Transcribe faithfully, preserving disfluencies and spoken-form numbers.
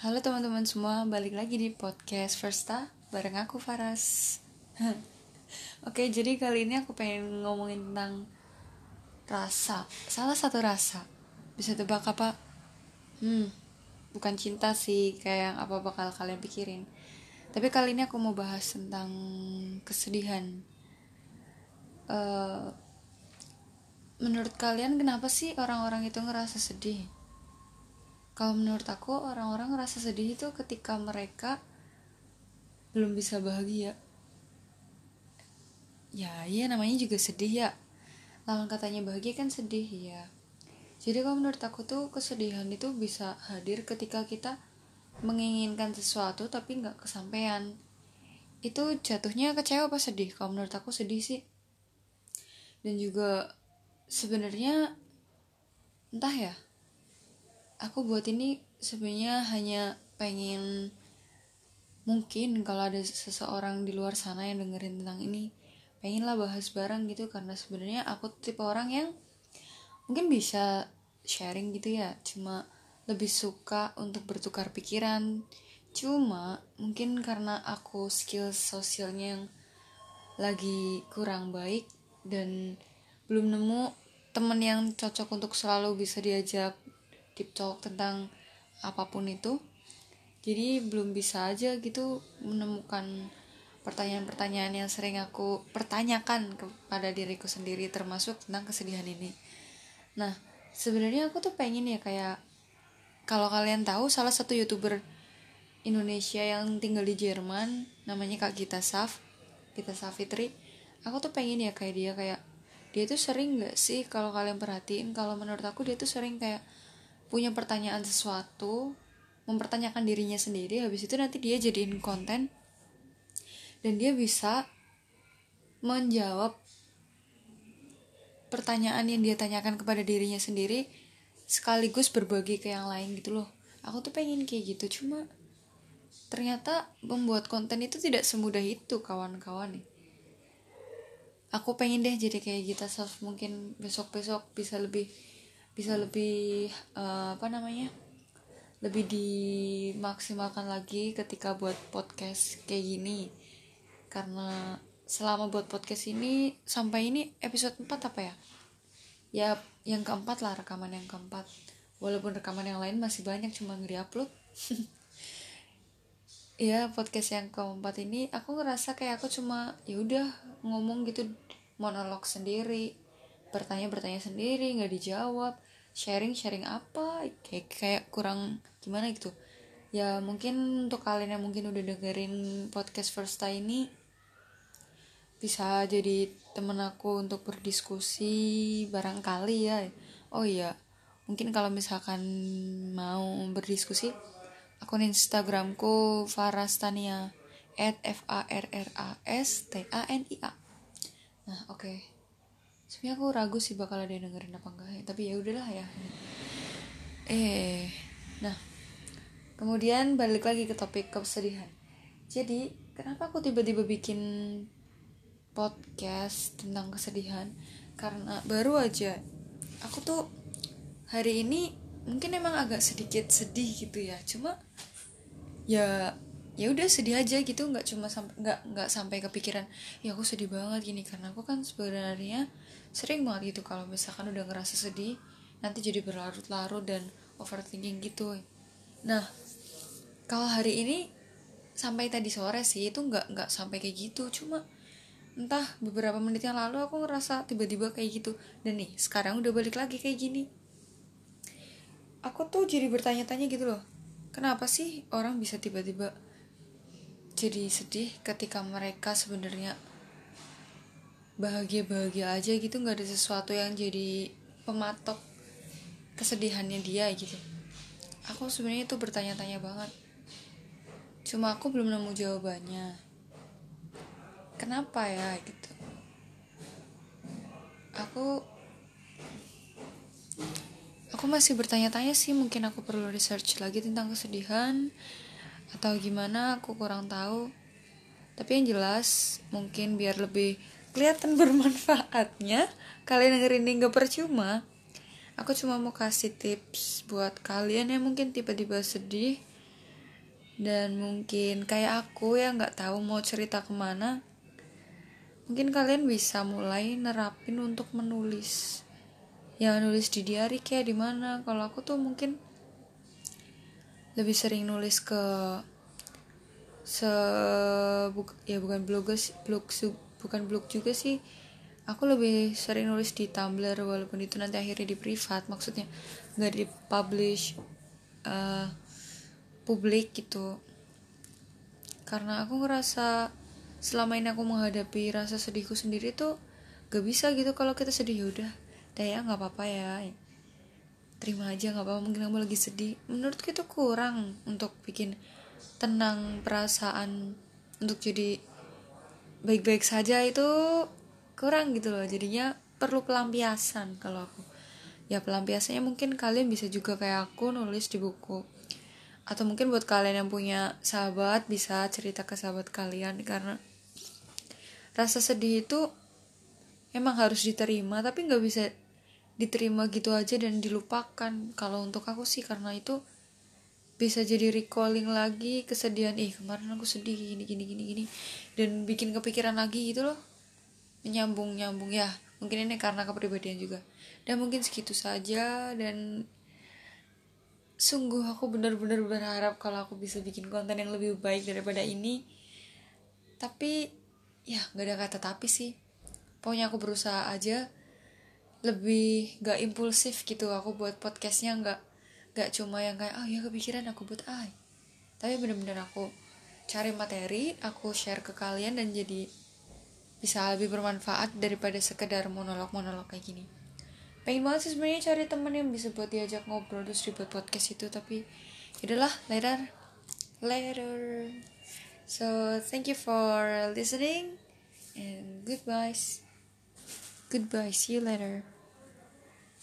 Halo teman-teman semua, balik lagi di podcast Firsta bareng aku Faras. Oke, jadi kali ini aku pengen ngomongin tentang rasa. Salah satu rasa. Bisa tebak apa? Hmm, bukan cinta sih, kayak yang apa bakal kalian pikirin. Tapi kali ini aku mau bahas tentang kesedihan. Uh, menurut kalian kenapa sih orang-orang itu ngerasa sedih? Kalau menurut aku, orang-orang ngerasa sedih itu ketika mereka belum bisa bahagia. Ya, iya namanya juga sedih ya. Lawan katanya bahagia kan sedih ya. Jadi kalau menurut aku tuh kesedihan itu bisa hadir ketika kita menginginkan sesuatu tapi nggak kesampaian. Itu jatuhnya kecewa apa sedih? Kalau menurut aku sedih sih. Dan juga sebenarnya entah ya. Aku buat ini sebenarnya hanya pengen, mungkin kalau ada seseorang di luar sana yang dengerin tentang ini, pengen lah bahas bareng gitu, karena sebenarnya aku tipe orang yang mungkin bisa sharing gitu ya, cuma lebih suka untuk bertukar pikiran. Cuma mungkin karena aku skill sosialnya yang lagi kurang baik dan belum nemu temen yang cocok untuk selalu bisa diajak deep talk tentang apapun itu, jadi belum bisa aja gitu menemukan pertanyaan-pertanyaan yang sering aku pertanyakan kepada diriku sendiri, termasuk tentang kesedihan ini. Nah, sebenarnya aku tuh pengen ya, kayak kalau kalian tahu salah satu YouTuber Indonesia yang tinggal di Jerman, namanya Kak Gita Saf, Gita Savitri. Aku tuh pengen ya kayak dia, kayak dia tuh sering gak sih, kalau kalian perhatiin, kalau menurut aku dia tuh sering kayak punya pertanyaan sesuatu, mempertanyakan dirinya sendiri, habis itu nanti dia jadiin konten dan dia bisa menjawab pertanyaan yang dia tanyakan kepada dirinya sendiri sekaligus berbagi ke yang lain gitu loh. Aku tuh pengen kayak gitu, cuma ternyata membuat konten itu tidak semudah itu kawan-kawan nih. Aku pengen deh jadi kayak gitu, Saf. Mungkin besok-besok bisa lebih bisa lebih uh, apa namanya lebih dimaksimalkan lagi ketika buat podcast kayak gini, karena selama buat podcast ini sampai ini episode empat apa ya ya yang keempat lah, rekaman yang keempat, walaupun rekaman yang lain masih banyak cuma nge-upload. Ya, podcast yang keempat ini aku ngerasa kayak aku cuma ya udah ngomong gitu, monolog sendiri, bertanya-bertanya sendiri, nggak dijawab, sharing-sharing apa, kayak kayak kurang gimana gitu. Ya mungkin untuk kalian yang mungkin udah dengerin podcast Firsta ini bisa jadi temen aku untuk berdiskusi barangkali ya. Oh iya, mungkin kalau misalkan mau berdiskusi, akun Instagramku Farastania at f a r r a s t a n i a. Nah oke, okay. Sebenarnya aku ragu sih bakal ada yang dengerin apa enggak ya, tapi ya udahlah ya. Eh, nah kemudian balik lagi ke topik kesedihan. Jadi kenapa aku tiba-tiba bikin podcast tentang kesedihan? Karena baru aja aku tuh hari ini mungkin emang agak sedikit sedih gitu ya, cuma ya ya udah sedih aja gitu, nggak cuma sampai nggak nggak sampai kepikiran ya aku sedih banget gini, karena aku kan sebenarnya sering banget gitu kalau misalkan udah ngerasa sedih nanti jadi berlarut-larut dan overthinking gitu. Nah kalau hari ini sampai tadi sore sih itu nggak nggak sampai kayak gitu, cuma entah beberapa menit yang lalu aku ngerasa tiba-tiba kayak gitu, dan nih sekarang udah balik lagi kayak gini. Aku tuh jadi bertanya-tanya gitu loh, kenapa sih orang bisa tiba-tiba jadi sedih ketika mereka sebenarnya bahagia-bahagia aja gitu, nggak ada sesuatu yang jadi pematok kesedihannya dia gitu. Aku sebenarnya tuh bertanya-tanya banget, cuma aku belum nemu jawabannya. Kenapa ya gitu? Aku aku masih bertanya-tanya sih, mungkin aku perlu research lagi tentang kesedihan atau gimana, aku kurang tahu. Tapi yang jelas mungkin biar lebih kelihatan bermanfaatnya, kalian dengerin ini gak percuma, aku cuma mau kasih tips buat kalian yang mungkin tiba-tiba sedih Dan mungkin kayak aku yang nggak tahu mau cerita kemana, mungkin kalian bisa mulai nerapin untuk menulis. Ya nulis di diary kayak di mana. Kalau aku tuh mungkin lebih sering nulis ke se buk, ya bukan blog blog bukan blog juga sih. Aku lebih sering nulis di Tumblr, walaupun itu nanti akhirnya di privat, maksudnya nggak di publish uh, publik gitu. Karena aku ngerasa selama ini aku menghadapi rasa sedihku sendiri tuh gak bisa gitu. Kalau kita sedih yaudah deh ya, nggak apa-apa ya, terima aja, nggak apa-apa, mungkin kamu lagi sedih. Menurutku itu kurang untuk bikin tenang perasaan, untuk jadi baik-baik saja itu kurang gitu loh. Jadinya perlu pelampiasan. Kalau aku ya pelampiasannya mungkin kalian bisa juga kayak aku nulis di buku, atau mungkin buat kalian yang punya sahabat bisa cerita ke sahabat kalian. Karena rasa sedih itu emang harus diterima, tapi nggak bisa diterima gitu aja dan dilupakan. Kalau untuk aku sih, karena itu bisa jadi recalling lagi kesedihan, ih kemarin aku sedih gini gini gini gini, dan bikin kepikiran lagi gitu loh, menyambung nyambung ya. Mungkin ini karena kepribadian juga. Dan mungkin segitu saja. Dan sungguh aku benar-benar berharap kalau aku bisa bikin konten yang lebih baik daripada ini. Tapi ya nggak ada kata tapi sih. Pokoknya aku berusaha aja lebih gak impulsif gitu. Aku buat podcastnya nggak nggak cuma yang kayak oh ya kepikiran aku buat ah, tapi benar-benar aku cari materi, aku share ke kalian, dan jadi bisa lebih bermanfaat daripada sekedar monolog-monolog kayak gini. Pengen banget sih sebenarnya cari teman yang bisa buat diajak ngobrol terus dibuat podcast itu, tapi yaudahlah, later later. So thank you for listening and goodbye. Goodbye, see you later.